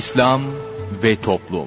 İslam ve Toplum.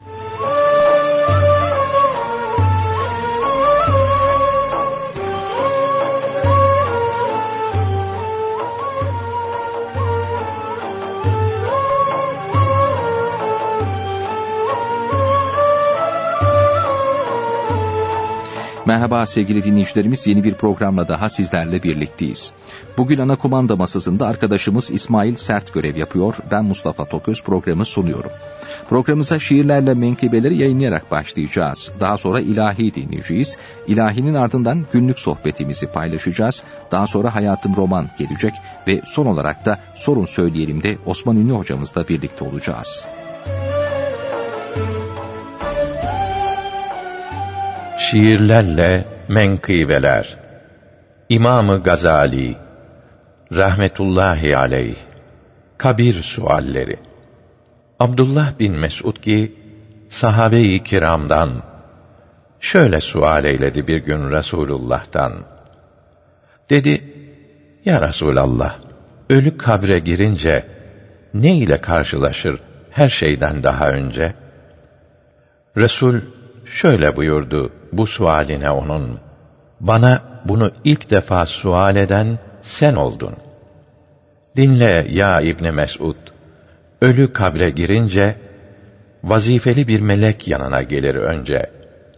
Merhaba sevgili dinleyicilerimiz, yeni bir programla daha sizlerle birlikteyiz. Bugün ana kumanda masasında arkadaşımız İsmail Sert görev yapıyor. Ben Mustafa Toköz programı sunuyorum. Programımıza şiirlerle menkıbeleri yayınlayarak başlayacağız. Daha sonra ilahi dinleyeceğiz. İlahinin ardından günlük sohbetimizi paylaşacağız. Daha sonra Hayatım Roman gelecek ve son olarak da Sorun Söyleyelim de Osman Ünlü hocamızla birlikte olacağız. Şiirlerle menkıbeler. İmam-ı Gazali rahmetullahi aleyh. Kabir sualleri. Abdullah bin Mes'ud ki sahabe-i kiramdan şöyle sual eyledi bir gün Resulullah'tan. Dedi: Ya Resulallah, ölü kabre girince ne ile karşılaşır her şeyden daha önce? Resul şöyle buyurdu bu sualine onun: Bana bunu ilk defa sual eden sen oldun. Dinle ya İbni Mes'ud, ölü kabre girince vazifeli bir melek yanına gelir önce.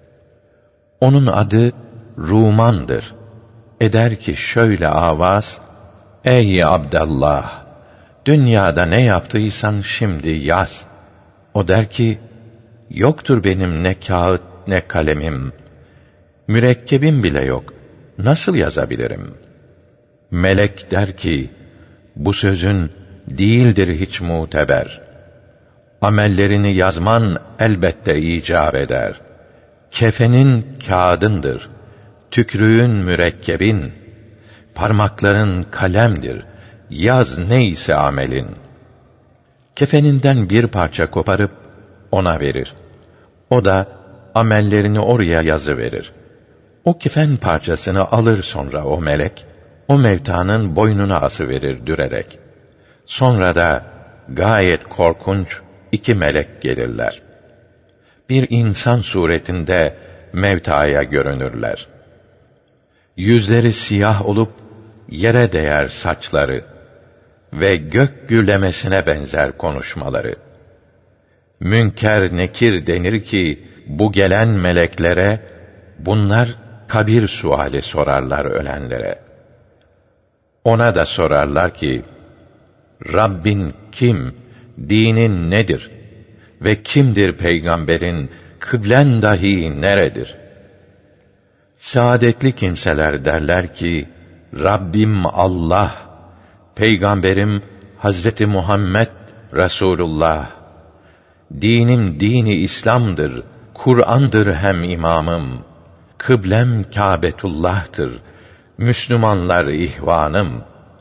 Onun adı Ruman'dır. Eder ki şöyle avaz: Ey Abdallah, dünyada ne yaptıysan şimdi yaz. O der ki: Yoktur benim ne kağıt ne kalemim, mürekkebim bile yok, nasıl yazabilirim? Melek der ki: Bu sözün değildir hiç muteber. Amellerini yazman elbette icap eder. Kefenin kağıdındır, tükrüğün mürekkebin, parmakların kalemdir, yaz neyse amelin. Kefeninden bir parça koparıp ona verir. O da amellerini oraya yazıverir. O kefen parçasını alır sonra o melek, o mevtanın boynuna asıverir dürerek. Sonra da gayet korkunç iki melek gelirler. Bir insan suretinde mevtaya görünürler. Yüzleri siyah olup yere değer saçları ve gök gürlemesine benzer konuşmaları. Münker nekir denir ki bu gelen meleklere, bunlar kabir suali sorarlar ölenlere. Ona da sorarlar ki, Rabbin kim, dinin nedir ve kimdir peygamberin, kıblen dahi neredir? Saadetli kimseler derler ki, Rabbim Allah, peygamberim Hazreti Muhammed Resulullah, dinim dini İslam'dır, Kur'an'dır hem imamım, kıblem Kâbetullah'tır, Müslümanlar ihvanım.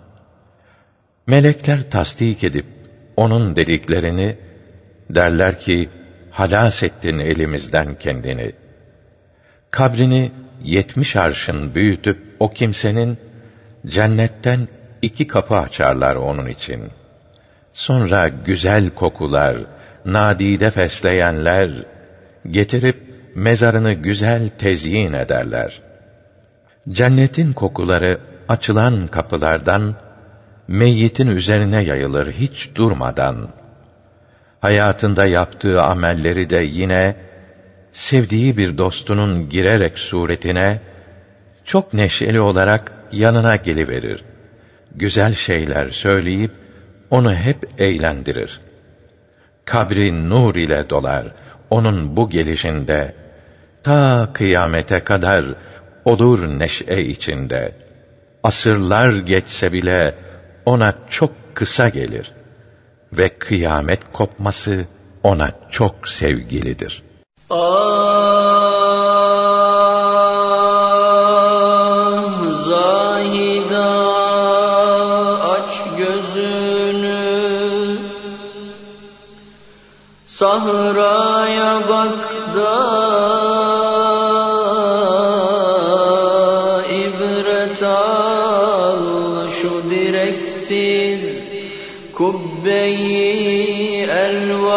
Melekler tasdik edip onun dediklerini derler ki, halas ettin elimizden kendini. Kabrini 70 arşın büyütüp o kimsenin, cennetten 2 kapı açarlar onun için. Sonra güzel kokular, nadide fesleyenler getirip mezarını güzel tezyin ederler. Cennetin kokuları açılan kapılardan meyyitin üzerine yayılır hiç durmadan. Hayatında yaptığı amelleri de yine sevdiği bir dostunun girerek suretine çok neşeli olarak yanına geliverir. Güzel şeyler söyleyip onu hep eğlendirir. Kabri nur ile dolar onun bu gelişinde, ta kıyamete kadar olur neşe içinde. Asırlar geçse bile ona çok kısa gelir ve kıyamet kopması ona çok sevgilidir. Zahida aç gözünü, sahraya bak da ibret al şu direksiz kubbe-i elvan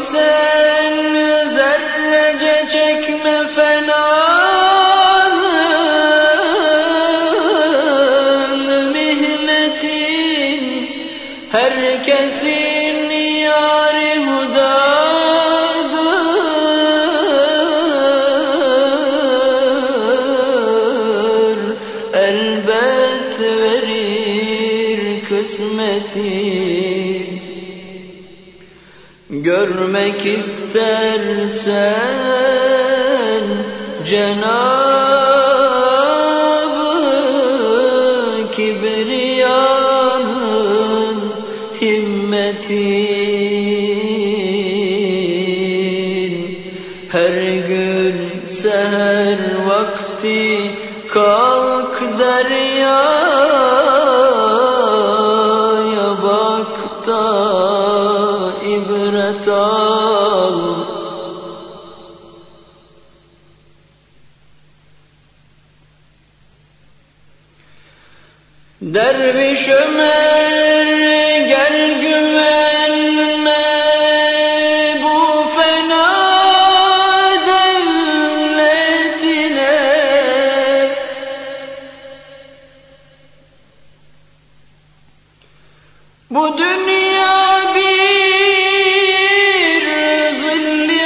sen zerrece çekme fenanın mihnetin, herkesin yâri hudadır, elbet verir kısmeti. Görmek istersen Cenab-ı Kibriyanın himmetin, her gün seher vakti kalk deryaya bak da ibret al. Derviş Ömer gel güvenme bu fena devletine, bu dünya bir zilli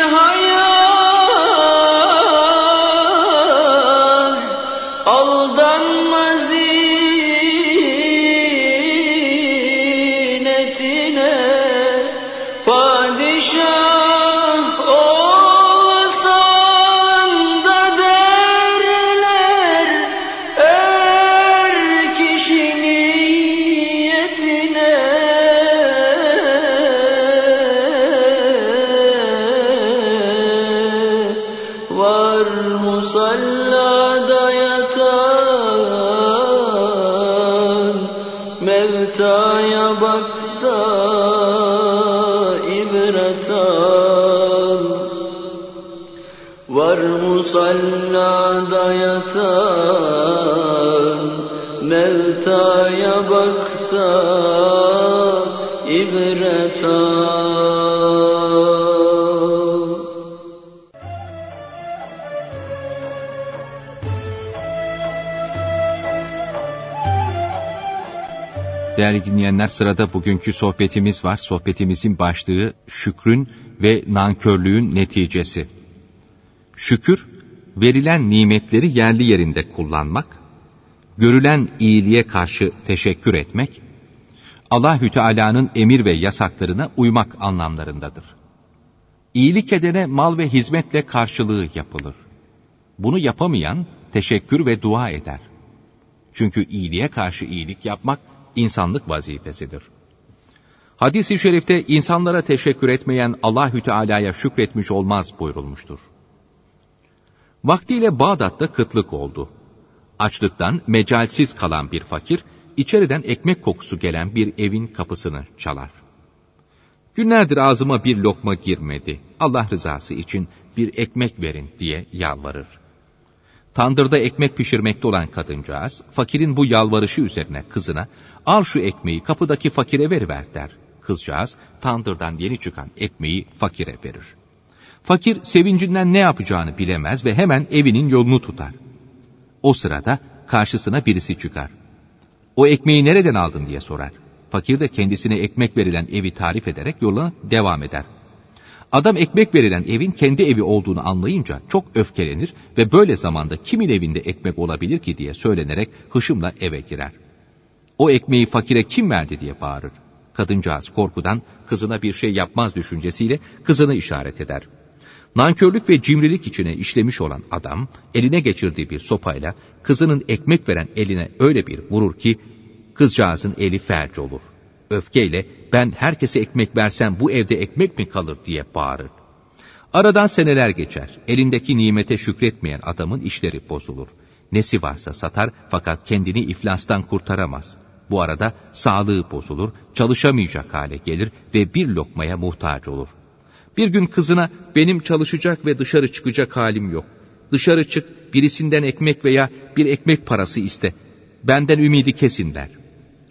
hayal, aldanma zinetine. Padişah olsan da derler er kişi niyetine, var musallada yatan, mevtaya bak da ibret al. Var musallada yatan, mevtaya bak da ibret al. Değerli dinleyenler, sırada bugünkü sohbetimiz var. Sohbetimizin başlığı şükrün ve nankörlüğün neticesi. Şükür, verilen nimetleri yerli yerinde kullanmak, görülen iyiliğe karşı teşekkür etmek, Allahü Teala'nın emir ve yasaklarına uymak anlamlarındadır. İyilik edene mal ve hizmetle karşılığı yapılır. Bunu yapamayan teşekkür ve dua eder. Çünkü iyiliğe karşı iyilik yapmak insanlık vazifesidir. Hadis-i şerifte insanlara teşekkür etmeyen Allahü Teala'ya şükretmiş olmaz buyurulmuştur. Vaktiyle Bağdat'ta kıtlık oldu. Açlıktan mecalsiz kalan bir fakir, içeriden ekmek kokusu gelen bir evin kapısını çalar. Günlerdir ağzıma bir lokma girmedi, Allah rızası için bir ekmek verin diye yalvarır. Tandırda ekmek pişirmekte olan kadıncağız, fakirin bu yalvarışı üzerine kızına, al şu ekmeği kapıdaki fakire veriver der. Kızcağız, tandırdan yeni çıkan ekmeği fakire verir. Fakir, sevincinden ne yapacağını bilemez ve hemen evinin yolunu tutar. O sırada karşısına birisi çıkar. O ekmeği nereden aldın diye sorar. Fakir de kendisine ekmek verilen evi tarif ederek yoluna devam eder. Adam ekmek verilen evin kendi evi olduğunu anlayınca çok öfkelenir ve böyle zamanda kimin evinde ekmek olabilir ki diye söylenerek hışımla eve girer. O ekmeği fakire kim verdi diye bağırır. Kadıncağız korkudan kızına bir şey yapmaz düşüncesiyle kızını işaret eder. Nankörlük ve cimrilik içine işlemiş olan adam eline geçirdiği bir sopayla kızının ekmek veren eline öyle bir vurur ki kızcağızın eli felç olur. Öfkeyle ben herkese ekmek versem bu evde ekmek mi kalır diye bağırır. Aradan seneler geçer. Elindeki nimete şükretmeyen adamın işleri bozulur. Nesi varsa satar fakat kendini iflastan kurtaramaz. Bu arada sağlığı bozulur, çalışamayacak hale gelir ve bir lokmaya muhtaç olur. Bir gün kızına benim çalışacak ve dışarı çıkacak halim yok. Dışarı çık, birisinden ekmek veya bir ekmek parası iste. Benden ümidi kesin der.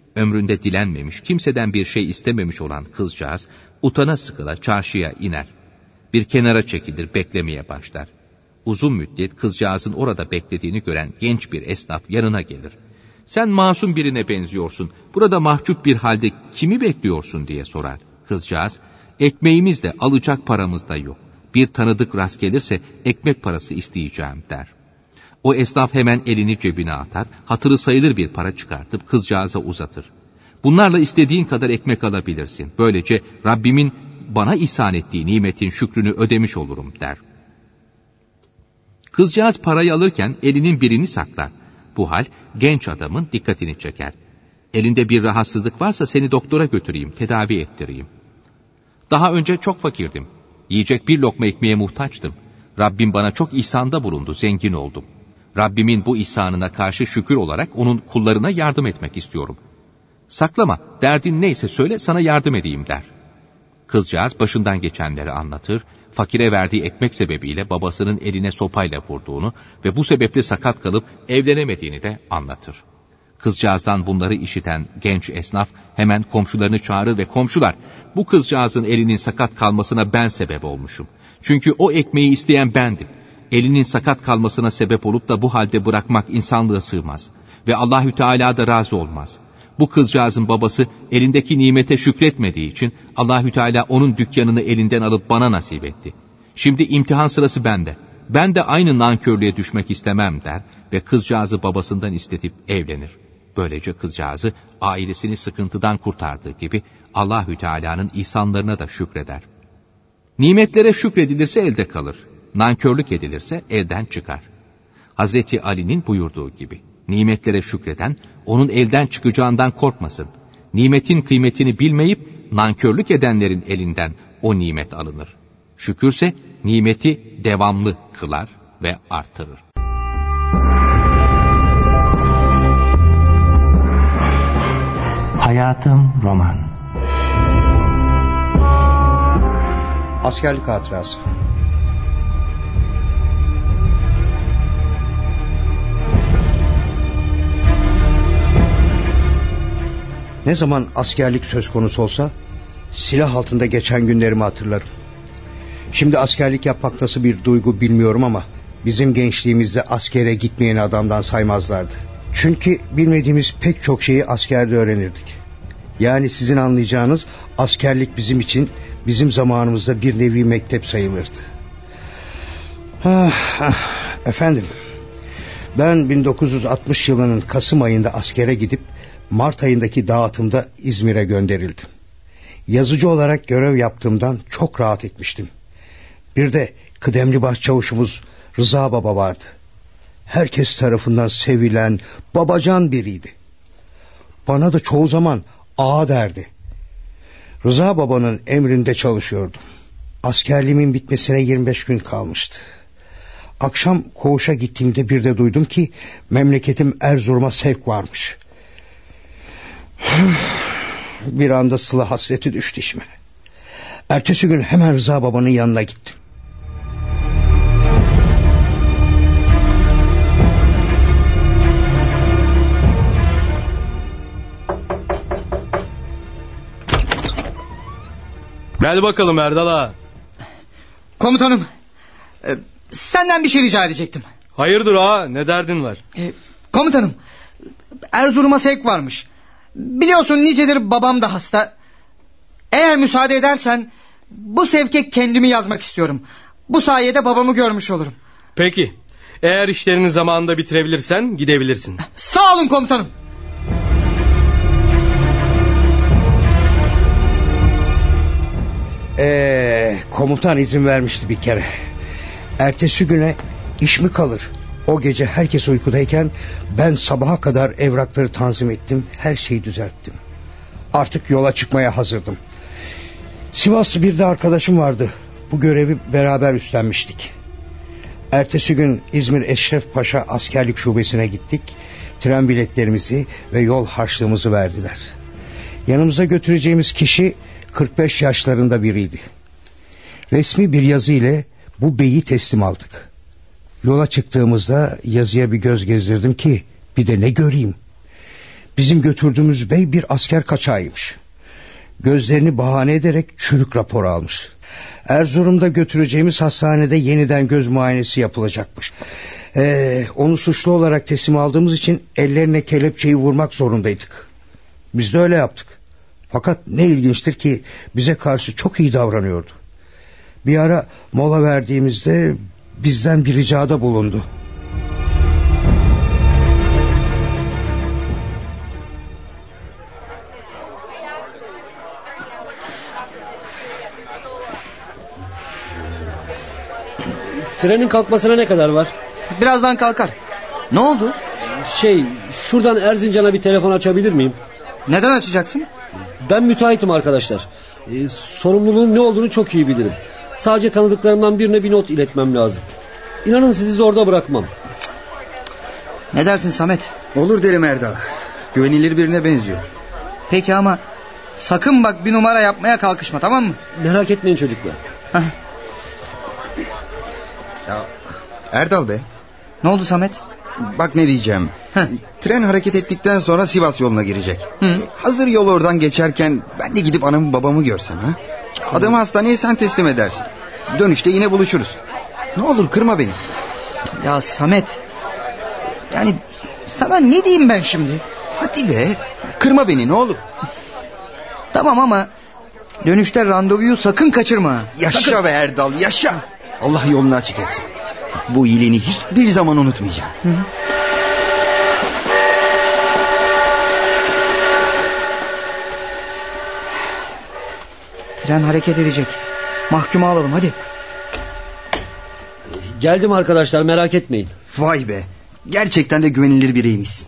Ömründe dilenmemiş, kimseden bir şey istememiş olan kızcağız utana sıkıla çarşıya iner. Bir kenara çekilir, beklemeye başlar. Uzun müddet kızcağızın orada beklediğini gören genç bir esnaf yanına gelir. "Sen masum birine benziyorsun. Burada mahcup bir halde kimi bekliyorsun?" diye sorar. Kızcağız, "Ekmeğimiz de alacak paramız da yok. Bir tanıdık rast gelirse ekmek parası isteyeceğim," der. O esnaf hemen elini cebine atar, hatırı sayılır bir para çıkartıp kızcağıza uzatır. "Bunlarla istediğin kadar ekmek alabilirsin. Böylece Rabbimin bana ihsan ettiği nimetin şükrünü ödemiş olurum," der. Kızcağız parayı alırken elinin birini saklar. Bu hal genç adamın dikkatini çeker. "Elinde bir rahatsızlık varsa seni doktora götüreyim, tedavi ettireyim. Daha önce çok fakirdim. Yiyecek bir lokma ekmeğe muhtaçtım. Rabbim bana çok ihsanda bulundu, zengin oldum. Rabbimin bu ihsanına karşı şükür olarak onun kullarına yardım etmek istiyorum. Saklama, derdin neyse söyle, sana yardım edeyim," der. Kızcağız başından geçenleri anlatır, fakire verdiği ekmek sebebiyle babasının eline sopayla vurduğunu ve bu sebeple sakat kalıp evlenemediğini de anlatır. Kızcağızdan bunları işiten genç esnaf hemen komşularını çağırır ve "Komşular, bu kızcağızın elinin sakat kalmasına ben sebep olmuşum. Çünkü o ekmeği isteyen bendim. Elinin sakat kalmasına sebep olup da bu halde bırakmak insanlığa sığmaz ve Allahü Teala da razı olmaz. Bu kızcağızın babası elindeki nimete şükretmediği için Allahü Teala onun dükkanını elinden alıp bana nasip etti. Şimdi imtihan sırası bende. Ben de aynı nankörlüğe düşmek istemem," der ve kızcağızı babasından istetip evlenir. Böylece kızcağızı ailesini sıkıntıdan kurtardığı gibi Allahü Teala'nın ihsanlarına da şükreder. Nimetlere şükredilirse elde kalır, nankörlük edilirse elden çıkar. Hazreti Ali'nin buyurduğu gibi, nimetlere şükreden onun elden çıkacağından korkmasın. Nimetin kıymetini bilmeyip nankörlük edenlerin elinden o nimet alınır. Şükürse nimeti devamlı kılar ve artırır. Hayatım roman. Askerlik hatırası. Ne zaman askerlik söz konusu olsa silah altında geçen günlerimi hatırlarım. Şimdi askerlik yapmak nasıl bir duygu bilmiyorum ama bizim gençliğimizde askere gitmeyen adamdan saymazlardı. Çünkü bilmediğimiz pek çok şeyi askerde öğrenirdik. Yani sizin anlayacağınız askerlik bizim için bizim zamanımızda bir nevi mektep sayılırdı. Efendim, ben 1960 yılının Kasım ayında askere gidip Mart ayındaki dağıtımda İzmir'e gönderildim. Yazıcı olarak görev yaptığımdan çok rahat etmiştim. Bir de kıdemli başçavuşumuz Rıza Baba vardı. Herkes tarafından sevilen, babacan biriydi. Bana da çoğu zaman ağa derdi. Rıza Baba'nın emrinde çalışıyordum. Askerliğimin bitmesine 25 gün kalmıştı. Akşam koğuşa gittiğimde bir de duydum ki memleketim Erzurum'a sevk varmış. Bir anda sıla hasreti düştü içime. Ertesi gün hemen Rıza Baba'nın yanına gittim. Gel bakalım Erdal ağa. Komutanım, senden bir şey rica edecektim. Hayırdır ağa, ne derdin var? Komutanım, Erzurum'a sevk varmış. Biliyorsun nicedir babam da hasta. Eğer müsaade edersen bu sevke kendimi yazmak istiyorum. Bu sayede babamı görmüş olurum. Peki, eğer işlerini zamanında bitirebilirsen gidebilirsin. Sağ olun komutanım. Komutan izin vermişti bir kere. Ertesi güne iş mi kalır? O gece herkes uykudayken ben sabaha kadar evrakları tanzim ettim, her şeyi düzelttim. Artık yola çıkmaya hazırdım. Sivaslı bir de arkadaşım vardı. Bu görevi beraber üstlenmiştik. Ertesi gün İzmir Eşref Paşa askerlik şubesine gittik. Tren biletlerimizi ve yol harçlığımızı verdiler. Yanımıza götüreceğimiz kişi 45 yaşlarında biriydi. Resmi bir yazı ile bu beyi teslim aldık. Yola çıktığımızda yazıya bir göz gezdirdim ki bir de ne göreyim. Bizim götürdüğümüz bey bir asker kaçağıymış. Gözlerini bahane ederek çürük raporu almış. Erzurum'da götüreceğimiz hastanede yeniden göz muayenesi yapılacakmış. Onu suçlu olarak teslim aldığımız için ellerine kelepçeyi vurmak zorundaydık. Biz de öyle yaptık. Fakat ne ilginçtir ki bize karşı çok iyi davranıyordu. Bir ara mola verdiğimizde bizden bir ricada bulundu. Trenin kalkmasına ne kadar var? Birazdan kalkar. Ne oldu? Şuradan Erzincan'a bir telefon açabilir miyim? Neden açacaksın? Ben müteahhitim arkadaşlar. Sorumluluğun ne olduğunu çok iyi bilirim. Sadece tanıdıklarımdan birine bir not iletmem lazım. İnanın sizi zorda bırakmam. Ne dersin Samet? Olur derim Erdal. Güvenilir birine benziyor. Peki ama sakın bak bir numara yapmaya kalkışma, tamam mı? Merak etmeyin çocuklar. Ya Erdal Bey. Ne oldu Samet? Bak ne diyeceğim. Tren hareket ettikten sonra Sivas yoluna girecek. Hazır yol oradan geçerken ben de gidip anamı babamı görsem ha? Adamı hastaneye sen teslim edersin. Dönüşte yine buluşuruz. Ne olur kırma beni. Ya Samet, yani sana ne diyeyim ben şimdi? Hadi be, kırma beni ne olur. Tamam ama dönüşte randevuyu sakın kaçırma. Yaşa sakın. Be Erdal, yaşa. Allah yolunu açık etsin. Bu iyiliğini hiçbir zaman unutmayacağım. Tren hareket edecek. Mahkumu alalım hadi. Geldim arkadaşlar, merak etmeyin. Vay be, gerçekten de güvenilir biriymişsin.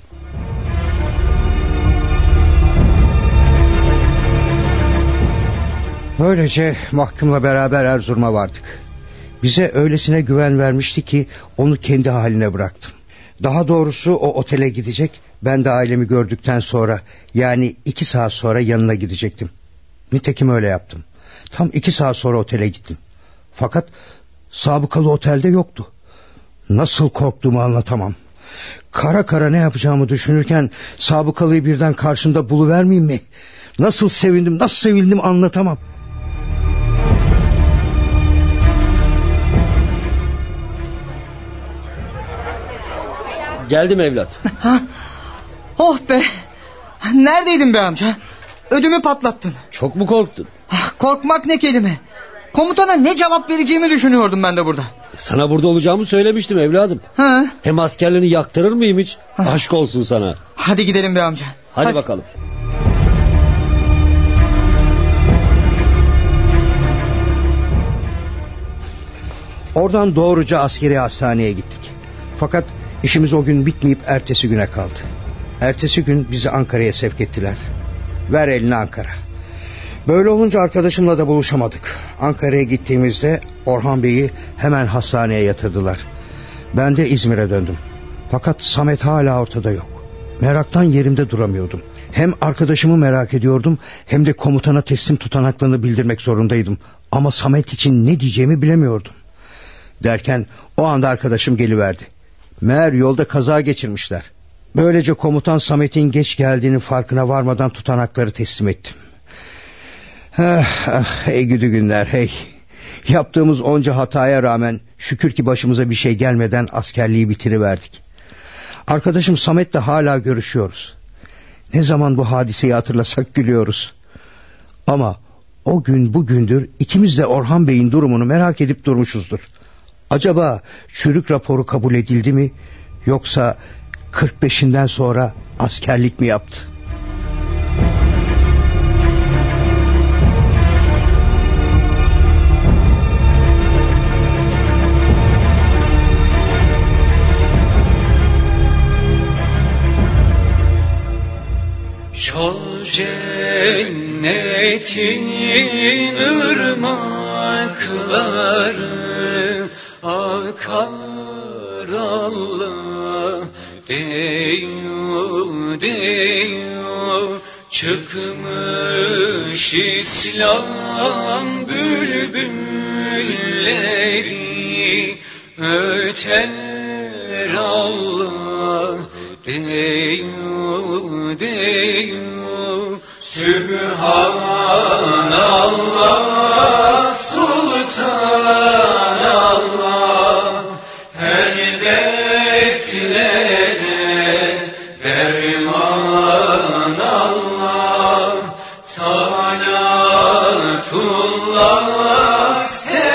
Böylece mahkumla beraber Erzurum'a vardık. Bize öylesine güven vermişti ki onu kendi haline bıraktım. Daha doğrusu o otele gidecek, ben de ailemi gördükten sonra, yani 2 saat sonra yanına gidecektim. Nitekim öyle yaptım. Tam 2 saat sonra otele gittim. Fakat sabıkalı otelde yoktu. Nasıl korktuğumu anlatamam. Kara kara ne yapacağımı düşünürken sabıkalıyı birden karşımda buluvermeyeyim mi? Nasıl sevindim anlatamam. Geldim evlat. Oh be. Neredeydin be amca? Ödümü patlattın. Çok mu korktun? Korkmak ne kelime. Komutana ne cevap vereceğimi düşünüyordum ben de burada. Sana burada olacağımı söylemiştim evladım. Hem askerlerini yaktırır mıyım hiç? Aşk olsun sana. Hadi gidelim be amca. Hadi bakalım. Oradan doğruca askeri hastaneye gittik. Fakat işimiz o gün bitmeyip ertesi güne kaldı. Ertesi gün bizi Ankara'ya sevk ettiler. Ver elini Ankara. Böyle olunca arkadaşımla da buluşamadık. Ankara'ya gittiğimizde Orhan Bey'i hemen hastaneye yatırdılar. Ben de İzmir'e döndüm. Fakat Samet hala ortada yok. Meraktan yerimde duramıyordum. Hem arkadaşımı merak ediyordum, hem de komutana teslim tutanaklarını bildirmek zorundaydım. Ama Samet için ne diyeceğimi bilemiyordum. Derken o anda arkadaşım geliverdi. Meğer yolda kaza geçirmişler. Böylece komutan Samet'in geç geldiğinin farkına varmadan tutanakları teslim ettim. Hey gidi günler hey. Yaptığımız onca hataya rağmen şükür ki başımıza bir şey gelmeden askerliği bitiriverdik. Arkadaşım Samet'le hala görüşüyoruz. Ne zaman bu hadiseyi hatırlasak gülüyoruz. Ama o gün bugündür ikimiz de Orhan Bey'in durumunu merak edip durmuşuzdur. Acaba çürük raporu kabul edildi mi, yoksa 45'inden sonra askerlik mi yaptı? Şol cennetin ırmakları akar Allah deyo deyo, çıkmış İslam bülbülleri öter Allah deyo deyo, Sübhanallah, Sultanallah, her dertlere derman Allah, salatullah,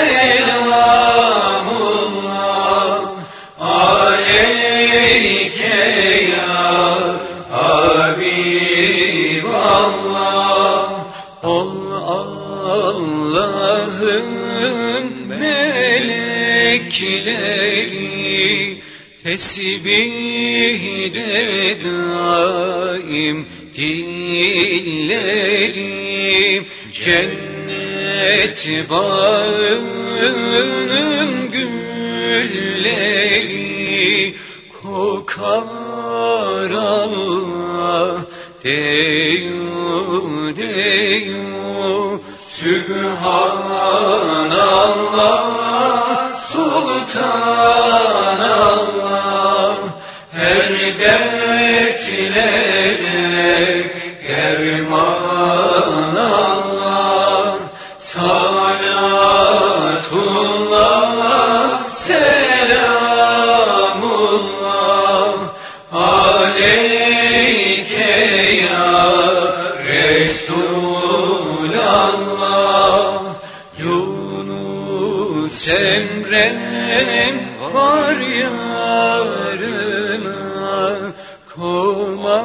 selamullah, aleyke ya Habiballah. Allah'ın melekleri tesbihde daim dilleri, cennet bağının gülleri kokar Allah deyu deyu. Sübhanallah, Sultanallah, her dertlere derman Allah, salatullah, selamullah, aleyke ya Resulallah. Yunus Emre'm var yarına, koma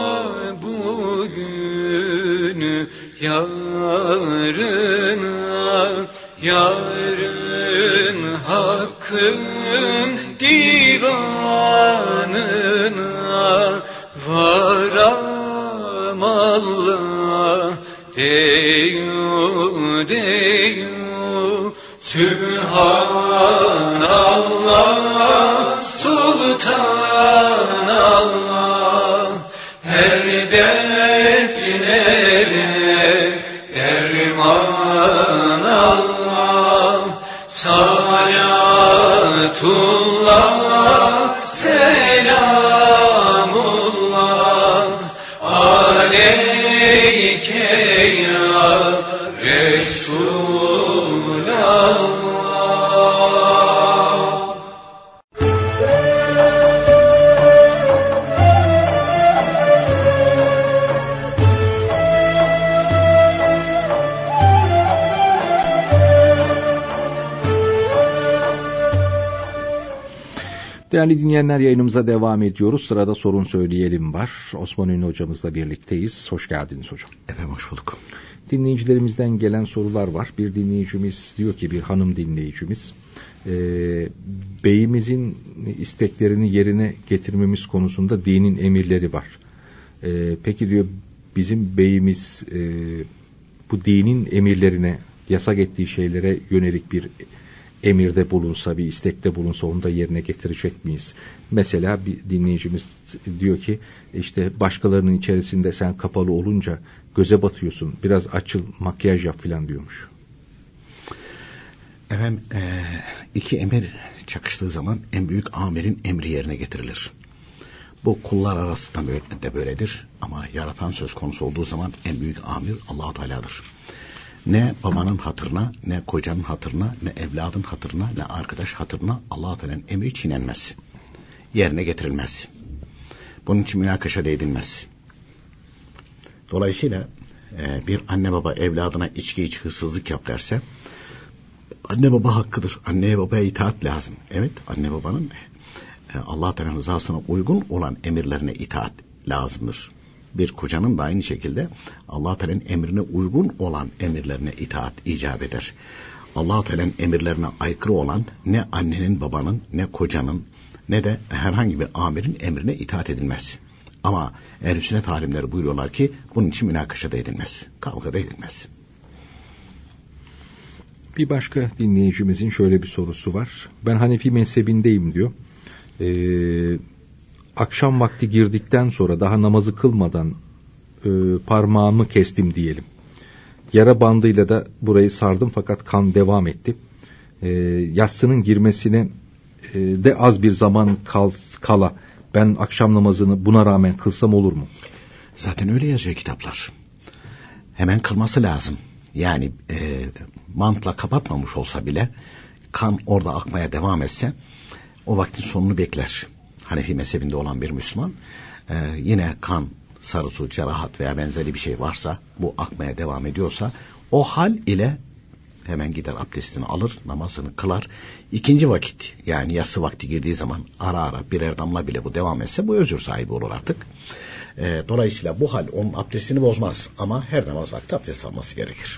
bugün yarına. Yarın hakkın divanına varam Allah deyu deyu. Sübhanallah, Sultanallah, her dertlere derman Allah, salatullah, selamullah, aleyke ya Resulallah. Değerli dinleyenler, yayınımıza devam ediyoruz. Sırada Sorun Söyleyelim var. Osman Ünlü hocamızla birlikteyiz. Hoş geldiniz hocam. Efendim hoş bulduk. Dinleyicilerimizden gelen sorular var. Bir dinleyicimiz diyor ki, bir hanım dinleyicimiz, beyimizin isteklerini yerine getirmemiz konusunda dinin emirleri var. Peki diyor, bizim beyimiz bu dinin emirlerine, yasak ettiği şeylere yönelik bir emirde bulunsa, bir istekte bulunsa onu da yerine getirecek miyiz? Mesela bir dinleyicimiz diyor ki, işte başkalarının içerisinde sen kapalı olunca göze batıyorsun, biraz açıl, makyaj yap filan diyormuş. Efendim, iki emir çakıştığı zaman en büyük amirin emri yerine getirilir. Bu kullar arasında de böyledir ama yaratan söz konusu olduğu zaman en büyük amir Allah-u Teala'dır. Ne babanın hatırına, ne kocanın hatırına, ne evladın hatırına, ne arkadaş hatırına Allah-u Teala'nın emri çiğnenmez. Yerine getirilmez. Bunun için münakaşa edilmez. Dolayısıyla bir anne baba evladına içki iç, hırsızlık yap derse, anne baba hakkıdır. Anneye babaya itaat lazım. Evet, anne babanın Allah-u Teala'nın rızasına uygun olan emirlerine itaat lazımdır. Bir kocanın da aynı şekilde Allah-u Teala'nın emrine uygun olan emirlerine itaat icap eder. Allah-u Teala'nın emirlerine aykırı olan ne annenin, babanın, ne kocanın, ne de herhangi bir amirin emrine itaat edilmez. Ama ehl-i sünnet alimleri buyuruyorlar ki bunun için münakaşa da edilmez, kavga da edilmez. Bir başka dinleyicimizin şöyle bir sorusu var. Ben Hanefi mezhebindeyim diyor. Akşam vakti girdikten sonra daha namazı kılmadan parmağımı kestim diyelim. Yara bandıyla da burayı sardım fakat kan devam etti. Yatsının girmesine de az bir zaman kala ben akşam namazını buna rağmen kılsam olur mu? Zaten öyle yazıyor kitaplar. hemen kırması lazım. Yani mantla kapatmamış olsa bile kan orada akmaya devam etse o vaktin sonunu bekler. Hanefi mezhebinde olan bir Müslüman yine kan, sarı su, cerahat veya benzeri bir şey varsa, bu akmaya devam ediyorsa o hal ile hemen gider abdestini alır, namazını kılar. İkinci vakit, yani yatsı vakti girdiği zaman ara ara birer damla bile bu devam etse bu özür sahibi olur artık. Dolayısıyla bu hal onun abdestini bozmaz ama her namaz vakti abdest alması gerekir.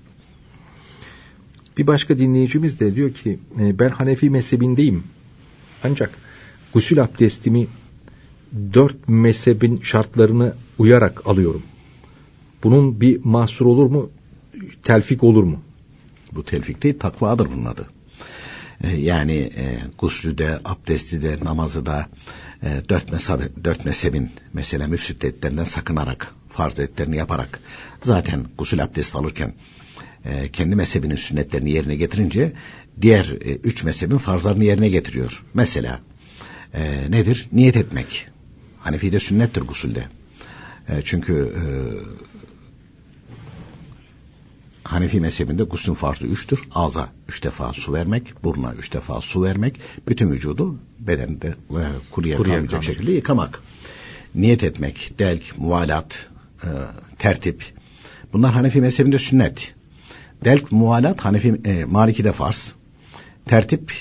Bir başka dinleyicimiz de diyor ki ben Hanefi mezhebindeyim. Ancak gusül abdestimi 4 mezhebin şartlarını uyarak alıyorum. Bunun bir mahsur olur mu? Telfik olur mu? Bu telfik değil, takvadır bunun adı. Yani guslü de, abdesti de, namazı da 4 mezhebin mesela müfsüt etlerinden sakınarak, farz etlerini yaparak, zaten gusül abdesti alırken kendi mezhebinin sünnetlerini yerine getirince diğer 3 mezhebin farzlarını yerine getiriyor. Mesela nedir? Niyet etmek. Hanefi'de sünnettir gusülde. Çünkü Hanefi mezhebinde guslün farzı 3'tür. Ağza 3 defa su vermek, buruna 3 defa su vermek, bütün vücudu bedeninde kuruya kalmayacak şekilde yıkamak. Niyet etmek, delk, muvalat, tertip. Bunlar Hanefi mezhebinde sünnet. Delk, muvalat Maliki'de farz. Tertip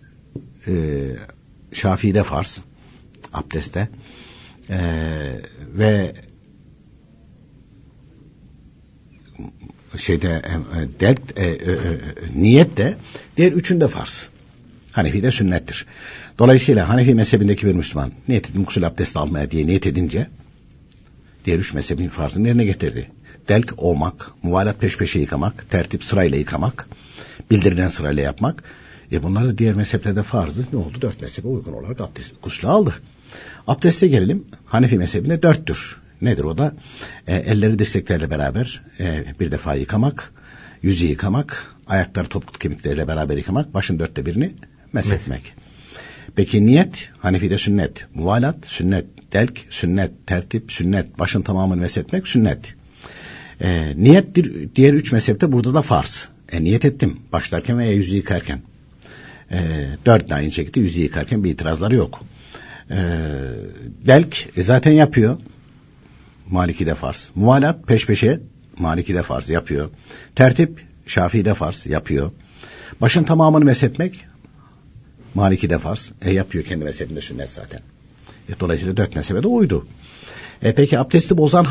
Şafii'de farz. Abdestte. Ve niyet de diğer üçünde farz. Hanefi'de sünnettir. Dolayısıyla Hanefi mezhebindeki bir Müslüman niyet edin gusül abdesti almaya diye niyet edince diğer 3 mezhebin farzını yerine getirdi. Delk olmak, muvalat peş peşe yıkamak, tertip sırayla yıkamak, bildirilen sırayla yapmak. Bunlar da diğer mezheplerde farzdı. Ne oldu? 4 mezhebe uygun olarak guslü aldı. Abdeste gelelim. Hanefi mezhebinde 4'tür. Nedir o da? Elleri dirseklerle beraber bir defa yıkamak, yüzü yıkamak, ayakları topuklu kemikleriyle beraber yıkamak, başın 1/4'ini meshetmek. Peki niyet? Hanefi'de sünnet. Muvalat sünnet. Delk sünnet. Tertip sünnet. Başın tamamını meshetmek sünnet. Niyet diğer 3 mezhepte burada da farz. Niyet ettim. Başlarken veya yüzü yıkarken. 4 de aynı şekilde yüzü yıkarken bir itirazları yok. Delk zaten yapıyor. Maliki'de farz. Muvalat peş peşe Maliki'de farz yapıyor. Tertip Şafii'de farz yapıyor. Başın tamamını meshetmek Maliki'de farz. Yapıyor, kendi mezhebinde sünnet zaten. Dolayısıyla 4 mezhebe de uydu. Peki abdesti bozan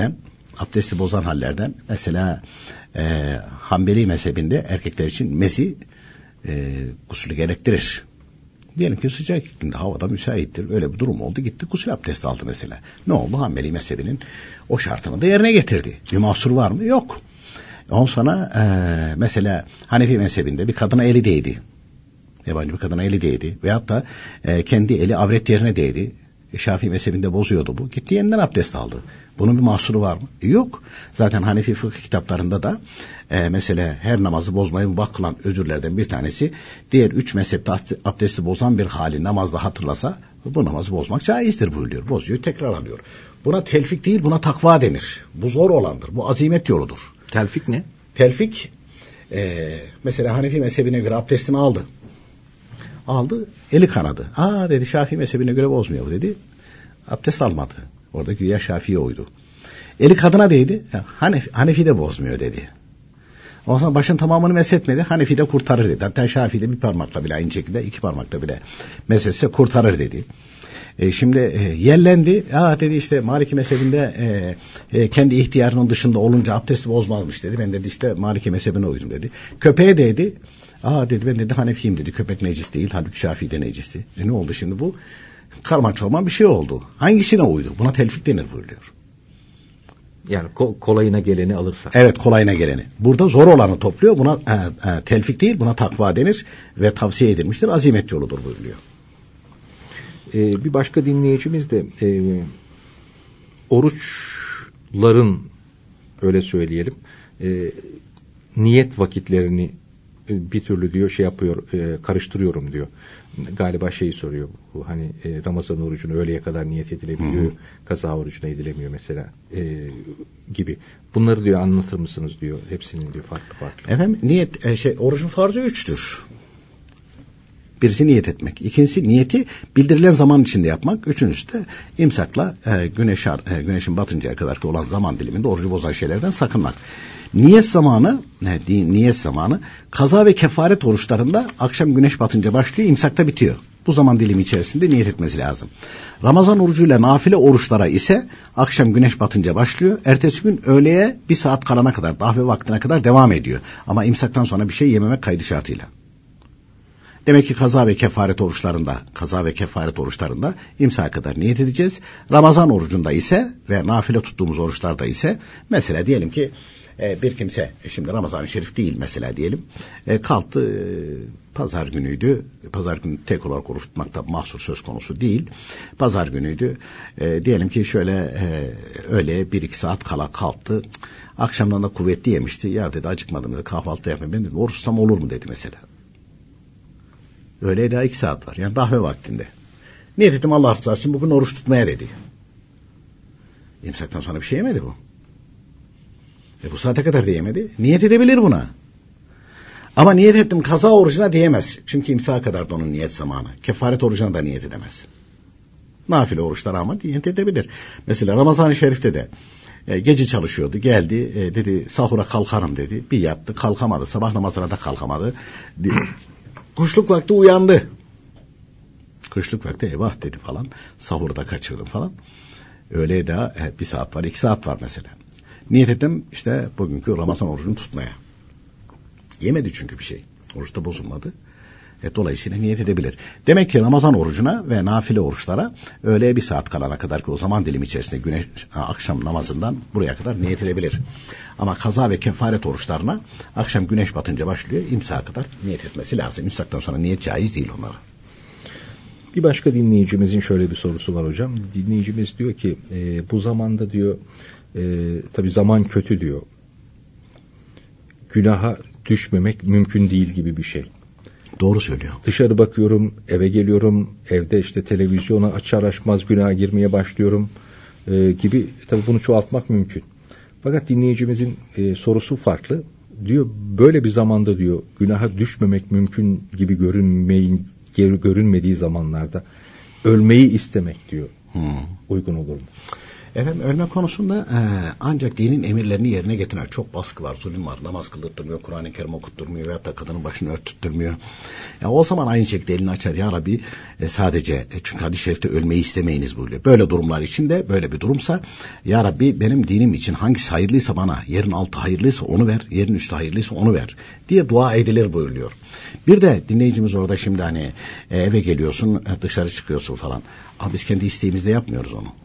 hallerden mesela Hanbeli mezhebinde erkekler için mezi gusülü gerektirir. Diyelim ki sıcak iklimde havada müsaittir. Öyle bir durum oldu. Gitti gusül abdesti aldı mesela. Ne oldu? Hanbeli mezhebinin o şartını da yerine getirdi. Bir mahsur var mı? Yok. Ondan sonra mesela Hanefi mezhebinde bir kadına eli değdi. Yabancı bir kadına eli değdi. Veyahut da kendi eli avret yerine değdi. Şafii mezhebinde bozuyordu bu. Gitti yeniden abdest aldı. Bunun bir mahsuru var mı? Yok. Zaten Hanefi fıkıh kitaplarında da mesela her namazı bozmayı mübah kılan özürlerden bir tanesi, diğer 3 mezhepte abdesti bozan bir hali namazda hatırlasa bu namazı bozmak caizdir buyuruyor. Bozuyor, tekrar alıyor. Buna telfik değil, buna takva denir. Bu zor olandır. Bu azimet yoludur. Telfik ne? Telfik mesela Hanefi mezhebine göre abdestini aldı. Eli kanadı. Dedi Şafii mezhebine göre bozmuyor dedi. Abdest almadı. Orada güya Şafii'ye uydu. Eli kadına değdi. Hanefi de bozmuyor dedi. O zaman başın tamamını meshetmedi. Hanefi de kurtarır dedi. Hatta Şafii de bir parmakla bile aynı şekilde 2 parmakla bile meshetse kurtarır dedi. Şimdi yerlendi. Dedi işte Maliki mezhebinde kendi ihtiyarının dışında olunca abdesti bozmazmış dedi. Ben dedi işte Maliki mezhebine uydum dedi. Köpeğe değdi. Dedi ben dedi Hanefiyim dedi. Köpek necis değil. Halbuki Şafii de necisti. Ne oldu şimdi bu? Karman çorman bir şey oldu. Hangisine uydu? Buna telfik denir buyuruyor. Yani kolayına geleni alırsa. Evet, kolayına geleni. Burada zor olanı topluyor. Buna telfik değil, buna takva denir ve tavsiye edilmiştir. Azimet yoludur buyuruyor. Bir başka dinleyicimiz de oruçların, öyle söyleyelim, niyet vakitlerini bir türlü diyor şey yapıyor, karıştırıyorum diyor. Galiba şeyi soruyor. Bu hani Ramazan orucunu öğleye kadar niyet edilebiliyor. Kaza orucuna edilemiyor mesela gibi. Bunları diyor anlatır mısınız diyor. Hepsinin diyor farklı farklı. Efendim niyet orucun farzı 3'tür. Birisi niyet etmek. İkincisi niyeti bildirilen zaman içinde yapmak. Üçüncüsü de imsakla güneşin batıncaya kadar olan zaman diliminde orucu bozan şeylerden sakınmak. Niyet zamanı kaza ve kefaret oruçlarında akşam güneş batınca başlıyor, imsakta bitiyor. Bu zaman dilimi içerisinde niyet etmesi lazım. Ramazan orucuyla nafile oruçlara ise akşam güneş batınca başlıyor. Ertesi gün öğleye 1 saat kalana kadar, kahve vaktine kadar devam ediyor. Ama imsaktan sonra bir şey yememek kaydı şartıyla. Demek ki kaza ve kefaret oruçlarında imsaka kadar niyet edeceğiz. Ramazan orucunda ise ve nafile tuttuğumuz oruçlarda ise mesela diyelim ki bir kimse şimdi Ramazan-ı Şerif değil mesela diyelim kalktı pazar günüydü. Pazar günü tek olarak oruç tutmakta mahsur söz konusu değil. Pazar günüydü. Diyelim ki şöyle öğleye 1-2 saat kala kalktı. Akşamdan da kuvvetli yemişti. Ya dedi acıkmadım dedi, kahvaltı yapmayayım. Ben dedim oruç tutsam olur mu dedi mesela. Öğleye daha 2 saat var. Yani kahve vaktinde. Niyet ettim Allah rızası için bugün oruç tutmaya dedi. İmsaktan sonra bir şey yemedi bu. Bu saate kadar da yemedi. Niyet edebilir buna. Ama niyet ettim kaza orucuna diyemez. Çünkü imsağa kadar da onun niyet zamanı. Kefaret orucuna da niyet edemez. Nafile oruçlara ama niyet edebilir. Mesela Ramazan-ı Şerif'te de gece çalışıyordu. Geldi dedi sahura kalkarım dedi. Bir yattı kalkamadı. Sabah namazına da kalkamadı. Kuşluk vakti uyandı. Kuşluk vakti eyvah dedi falan. Sahurda kaçırdım falan. Öğleye daha 1 saat var 2 saat var mesela. Niyet ettim işte bugünkü Ramazan orucunu tutmaya. Yemedi çünkü bir şey. Oruçta bozulmadı. Dolayısıyla niyet edebilir. Demek ki Ramazan orucuna ve nafile oruçlara öğleye 1 saat kalana kadar ki o zaman dilimi içerisinde güneş akşam namazından buraya kadar niyet edebilir. Ama kaza ve kefaret oruçlarına akşam güneş batınca başlıyor. İmsağa kadar niyet etmesi lazım. İmsaktan sonra niyet caiz değil onlara. Bir başka dinleyicimizin şöyle bir sorusu var hocam. Dinleyicimiz diyor ki bu zamanda diyor tabii zaman kötü diyor. Günaha düşmemek mümkün değil gibi bir şey. Doğru söylüyor. Dışarı bakıyorum, eve geliyorum, evde işte televizyonu açar açmaz günaha girmeye başlıyorum gibi. Tabii bunu çoğaltmak mümkün. Fakat dinleyicimizin sorusu farklı. Diyor böyle bir zamanda diyor günaha düşmemek mümkün gibi görünmediği zamanlarda ölmeyi istemek diyor. Uygun olur mu? Efendim ölme konusunda ancak dinin emirlerini yerine getiren çok baskı var, zulüm var. Namaz kıldırtmıyor, Kur'an-ı Kerim okutturmuyor veyahut da kadının başını örtüttürmüyor. Ya o zaman aynı şekilde elini açar. Ya Rabbi sadece çünkü hadis-i şerifte ölmeyi istemeyiniz buyuruyor. Böyle durumlar için de böyle bir durumsa Ya Rabbi benim dinim için hangisi hayırlıysa bana, yerin altı hayırlıysa onu ver, yerin üstü hayırlıysa onu ver diye dua edilir buyuruyor. Bir de dinleyicimiz orada şimdi hani eve geliyorsun, dışarı çıkıyorsun falan. Ama biz kendi isteğimizle yapmıyoruz onu.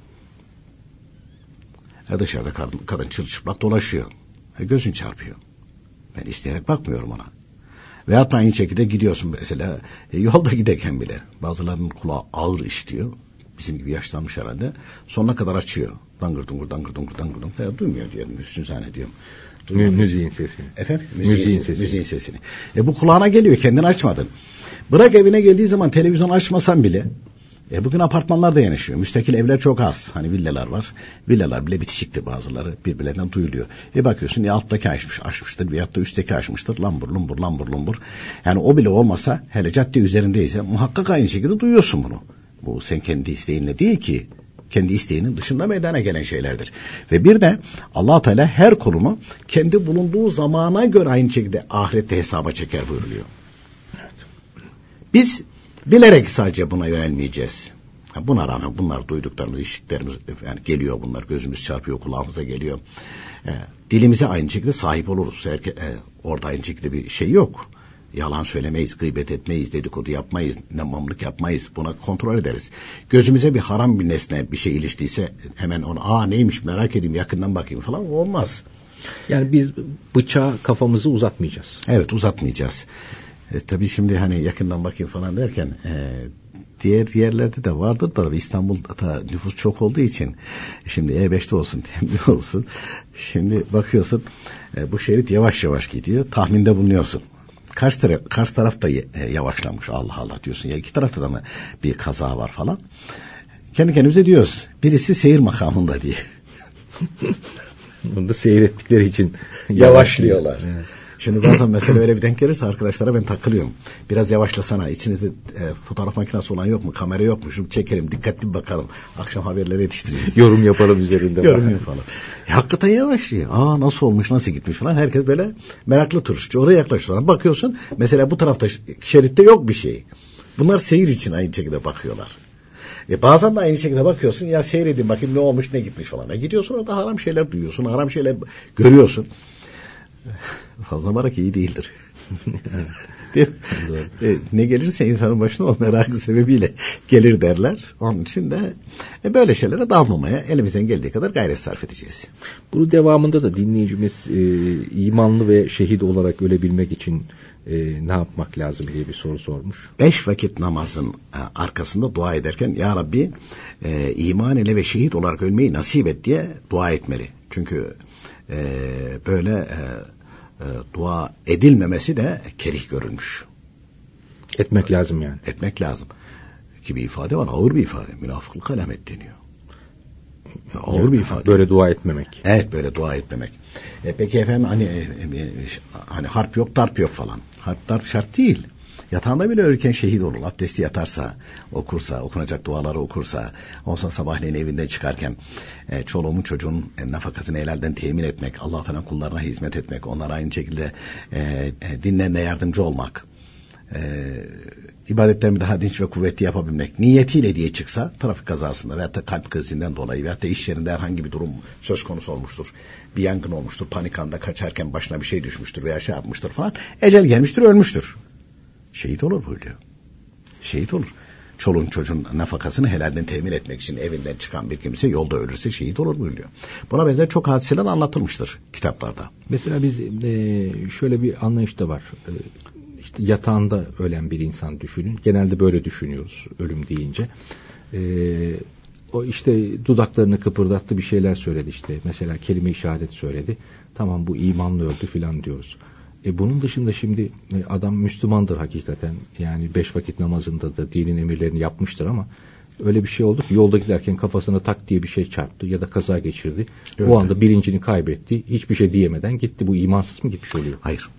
Dışarıda kadın çırılçıplak dolaşıyor. Gözün çarpıyor. Ben isteyerek bakmıyorum ona. Veyahut da aynı şekilde gidiyorsun mesela yolda giderken bile bazılarının kulağı ağır işitiyor. Bizim gibi yaşlanmış herhalde. Sonuna kadar açıyor. Dangır dungur dangır dungur dangır dungur. Duymuyor diyelim. Üstünü zannediyorum. Müziğin sesini. Efendim? Müziğin sesini. Bu kulağına geliyor. Kendini açmadın. Bırak evine geldiği zaman televizyon açmasan bile bugün apartmanlar da yanaşıyor. Müstakil evler çok az. Hani villalar var. Villalar bile bitişikti bazıları. Birbirlerinden duyuluyor. Bakıyorsun ya alttaki açmıştır veyahut da üstteki açmıştır. Lambur lumbur. Yani o bile olmasa hele cadde üzerindeyse muhakkak aynı şekilde duyuyorsun bunu. Bu sen kendi isteğinle değil ki. Kendi isteğinin dışında meydana gelen şeylerdir. Ve bir de Allah Teala her kulunu kendi bulunduğu zamana göre aynı şekilde ahirette hesaba çeker buyuruyor. Evet. Biz bilerek sadece buna yönelmeyeceğiz. Buna rağmen bunlar duyduklarımız, işittiklerimiz yani geliyor bunlar. Gözümüz çarpıyor, kulağımıza geliyor. Dilimize aynı şekilde sahip oluruz. Orada aynı şekilde bir şey yok. Yalan söylemeyiz, gıybet etmeyiz, dedikodu yapmayız, namamlık yapmayız. Buna kontrol ederiz. Gözümüze bir haram bir nesne bir şey iliştiyse hemen onu neymiş merak edeyim yakından bakayım falan olmaz. Yani biz bıçağı kafamızı uzatmayacağız. Evet uzatmayacağız. Tabii şimdi hani yakından bakayım falan derken diğer yerlerde de vardır da İstanbul'da nüfus çok olduğu için şimdi E5'te olsun temli olsun. Şimdi bakıyorsun bu şerit yavaş yavaş gidiyor. Tahminde bulunuyorsun. Karşı taraf da yavaşlamış. Allah Allah diyorsun. Ya iki tarafta da mı bir kaza var falan. Kendi kendimize diyoruz. Birisi seyir makamında diye. Bunu da seyrettikleri için yavaşlıyorlar. Evet. Şimdi bazen mesela öyle bir denk gelirse arkadaşlara ben takılıyorum. Biraz yavaşlasana. İçinizde fotoğraf makinesi olan yok mu? Kamera yok mu? Şunu çekelim. Dikkatli bir bakalım. Akşam haberleri yetiştireceğiz. Yorum yapalım üzerinde. Yorum yapalım. Hakikaten yavaşlıyor. Nasıl olmuş? Nasıl gitmiş falan. Herkes böyle meraklı turistçi. Oraya yaklaşıyor. Bakıyorsun. Mesela bu tarafta şeritte yok bir şey. Bunlar seyir için aynı şekilde bakıyorlar. Bazen de aynı şekilde bakıyorsun. Ya seyredin bakayım ne olmuş ne gitmiş falan. Gidiyorsun orada haram şeyler duyuyorsun. Haram şeyler görüyorsun. Fazla merak iyi değildir. Ne gelirse insanın başına o merakı sebebiyle gelir derler. Onun için de böyle şeylere dalmamaya elimizden geldiği kadar gayret sarf edeceğiz. Bunun devamında da dinleyicimiz imanlı ve şehit olarak ölebilmek için ne yapmak lazım diye bir soru sormuş. 5 vakit namazın arkasında dua ederken Ya Rabbi iman ile ve şehit olarak ölmeyi nasip et diye dua etmeli. Çünkü böyle dua edilmemesi de kerih görülmüş. Etmek lazım yani. Etmek lazım. Ki bir ifade var, ağır bir ifade. Münafıklık alamet deniyor. Ağır bir ifade. Böyle dua etmemek. Evet, böyle dua etmemek. Peki efendim hani harp yok, darp yok falan. Harp darp şart değil. Yatağında bile ölürken şehit olur. Abdesti yatarsa, okursa, okunacak duaları okursa, olsa sabahleyin evinden çıkarken çoluğumun çocuğun nafakasını helalden temin etmek, Allah Teala kullarına hizmet etmek, onlara aynı şekilde dinlerine yardımcı olmak, ibadetlerimi daha dinç ve kuvvetli yapabilmek niyetiyle diye çıksa trafik kazasında veyahut da kalp krizinden dolayı veyahut da iş yerinde herhangi bir durum söz konusu olmuştur. Bir yangın olmuştur, panik anda kaçarken başına bir şey düşmüştür veya şey yapmıştır falan. Ecel gelmiştir, ölmüştür. Şehit olur buyuruyor. Şehit olur. Çoluğun çocuğun nafakasını helalden temin etmek için evinden çıkan bir kimse yolda ölürse şehit olur buyuruyor. Buna benzer çok hadiseler anlatılmıştır kitaplarda. Mesela biz şöyle bir anlayış da var. İşte yatağında ölen bir insan düşünün. Genelde böyle düşünüyoruz ölüm deyince. O işte dudaklarını kıpırdattı, bir şeyler söyledi işte. Mesela kelime-i şehadet söyledi. Tamam, bu imanlı öldü filan diyoruz. Bunun dışında şimdi adam Müslümandır hakikaten. Yani 5 vakit namazında da dinin emirlerini yapmıştır ama öyle bir şey oldu ki yolda giderken kafasına tak diye bir şey çarptı ya da kaza geçirdi. Evet. O anda bilincini kaybetti. Hiçbir şey diyemeden gitti. Bu imansız mı gitmiş oluyor? Hayır.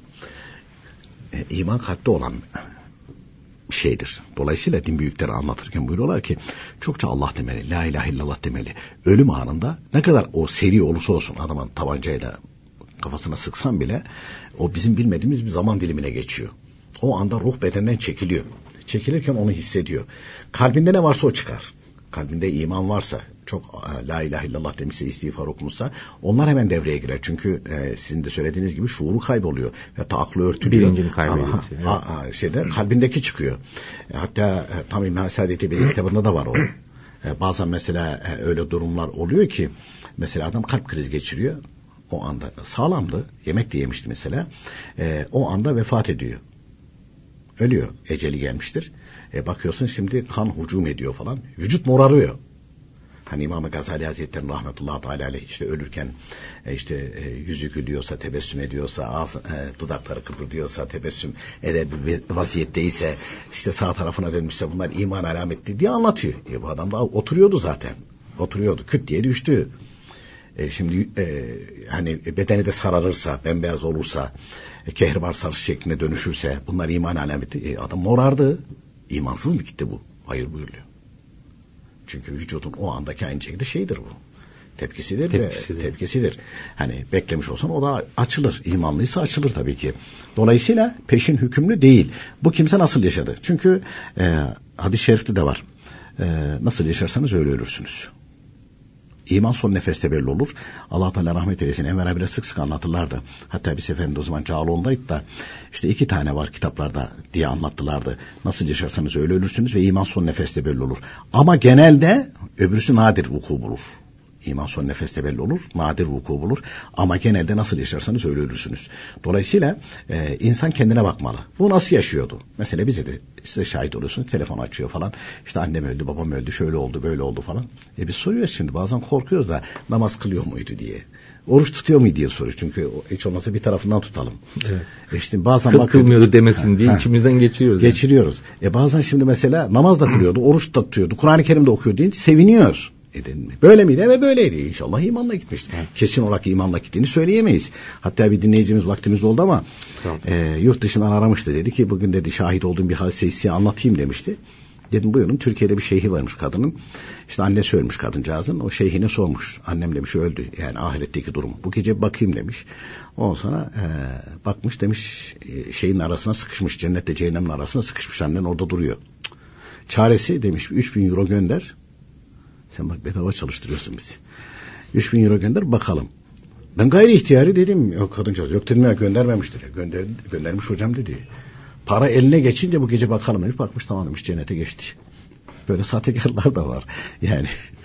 İman kalpte olan bir şeydir. Dolayısıyla din büyükleri anlatırken buyuruyorlar ki çokça Allah demeli, la ilahe illallah demeli. Ölüm anında ne kadar o seri olursa olsun adamın tabancayla kafasına sıksan bile o bizim bilmediğimiz bir zaman dilimine geçiyor. O anda ruh bedenden çekiliyor. Çekilirken onu hissediyor. Kalbinde ne varsa o çıkar. Kalbinde iman varsa, çok la ilahe illallah demişse, istiğfar okumuşsa onlar hemen devreye girer. Çünkü sizin de söylediğiniz gibi şuuru kayboluyor. Ve aklı örtülüyor. Bilincini kaybediyor. Kalbindeki çıkıyor. Hatta tam İmam Saadet'i bir kitabında da var o. Bazen mesela öyle durumlar oluyor ki mesela adam kalp krizi geçiriyor. O anda sağlamdı. Yemek de yemişti mesela. O anda vefat ediyor. Ölüyor. Eceli gelmiştir. Bakıyorsun şimdi kan hücum ediyor falan. Vücut morarıyor. Hani İmam-ı Gazali Hazretleri rahmetullahi teala aleyh işte ölürken yüzü gülüyorsa, tebessüm ediyorsa, dudakları kıpırdıyorsa, tebessüm eder bir vaziyetteyse, işte sağ tarafına dönmüşse bunlar iman alamettir diye anlatıyor. Bu adam da oturuyordu zaten. Oturuyordu. Küt diye düştü. Şimdi hani bedeni de sararırsa, bembeyaz olursa, kehribar sarış şekline dönüşürse bunlar iman alameti. Adam morardı. İmansız mı gitti bu? Hayır buyuruyor. Çünkü vücudun o andaki aynı şekilde şeydir bu. Tepkisidir. Hani beklemiş olsan o da açılır. İmanlıysa açılır tabii ki. Dolayısıyla peşin hükümlü değil. Bu kimse nasıl yaşadı? Çünkü hadis-i şerifte de var. Nasıl yaşarsanız öyle ölürsünüz. İman son nefeste belli olur. Allah Teala rahmet eylesin. Enver abiyle sık sık anlatırlardı. Hatta bir seferinde o zaman Cağaloğlu'ndaydı da işte 2 tane var kitaplarda diye anlattılardı. Nasıl yaşarsanız öyle ölürsünüz ve iman son nefeste belli olur. Ama genelde öbürsü nadir vuku bulur. İman son nefeste belli olur. Nadir vuku bulur. Ama genelde nasıl yaşarsanız öyle ölürsünüz. Dolayısıyla insan kendine bakmalı. Bu nasıl yaşıyordu? Mesela bize de size şahit oluyorsunuz. Telefon açıyor falan. İşte annem öldü, babam öldü, şöyle oldu, böyle oldu falan. Biz soruyoruz şimdi. Bazen korkuyoruz da namaz kılıyor muydu diye. Oruç tutuyor mu diye soruyor. Çünkü hiç olmazsa bir tarafından tutalım. Evet. İşte bazen kılmıyordu demesin diye içimizden geçiriyoruz. Geçiriyoruz. Bazen şimdi mesela namaz da kılıyordu, oruç da tutuyordu, Kur'an-ı Kerim'de okuyor deyince seviniyoruz. Böyle miydi? Evet böyleydi. İnşallah imanla gitmişti. Kesin olarak imanla gittiğini söyleyemeyiz. Hatta bir dinleyicimiz vaktimiz oldu ama yurt dışından aramıştı. Dedi ki bugün dedi şahit olduğum bir hadiseyi size anlatayım demişti. Dedim buyurun. Türkiye'de bir şeyhi varmış kadının. İşte annesi ölmüş kadıncağızın. O şeyhine sormuş. Annem demiş öldü. Yani ahiretteki durum. Bu gece bir bakayım demiş. Ondan sonra bakmış demiş şeyin arasına sıkışmış. Cennetle cehennemin arasına sıkışmış. Annen orada duruyor. Çaresi demiş 3.000 euro gönder. Sen bak bedava çalıştırıyorsun bizi. 3.000 euro gönder bakalım. Ben gayri ihtiyari dedim. Yok kadıncağız. Yok dedim ya göndermemiştir. Göndermiş hocam dedi. Para eline geçince bu gece bakalım demiş. Bakmış tamam demiş cennete geçti. Böyle sahtekarlar da var. Yani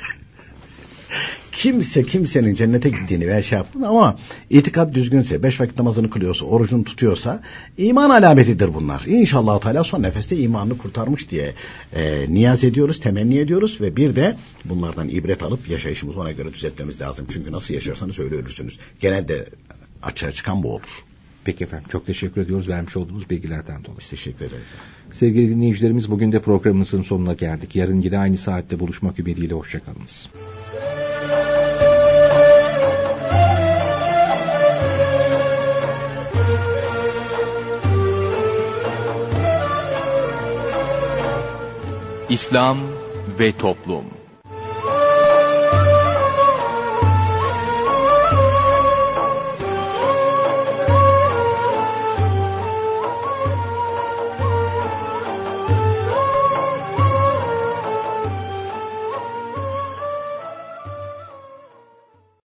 kimsenin cennete gittiğini veya şey yaptığını ama itikad düzgünse, 5 vakit namazını kılıyorsa, orucunu tutuyorsa iman alametidir bunlar. İnşallah Teala son nefeste imanını kurtarmış diye niyaz ediyoruz, temenni ediyoruz ve bir de bunlardan ibret alıp yaşayışımızı ona göre düzeltmemiz lazım. Çünkü nasıl yaşarsanız öyle ölürsünüz. Genelde açığa çıkan bu olur. Peki efendim çok teşekkür ediyoruz vermiş olduğunuz bilgilerden dolayı. Teşekkür ederiz. Sevgili dinleyicilerimiz bugün de programımızın sonuna geldik. Yarın yine aynı saatte buluşmak ümidiyle hoşçakalınız. İslam ve Toplum.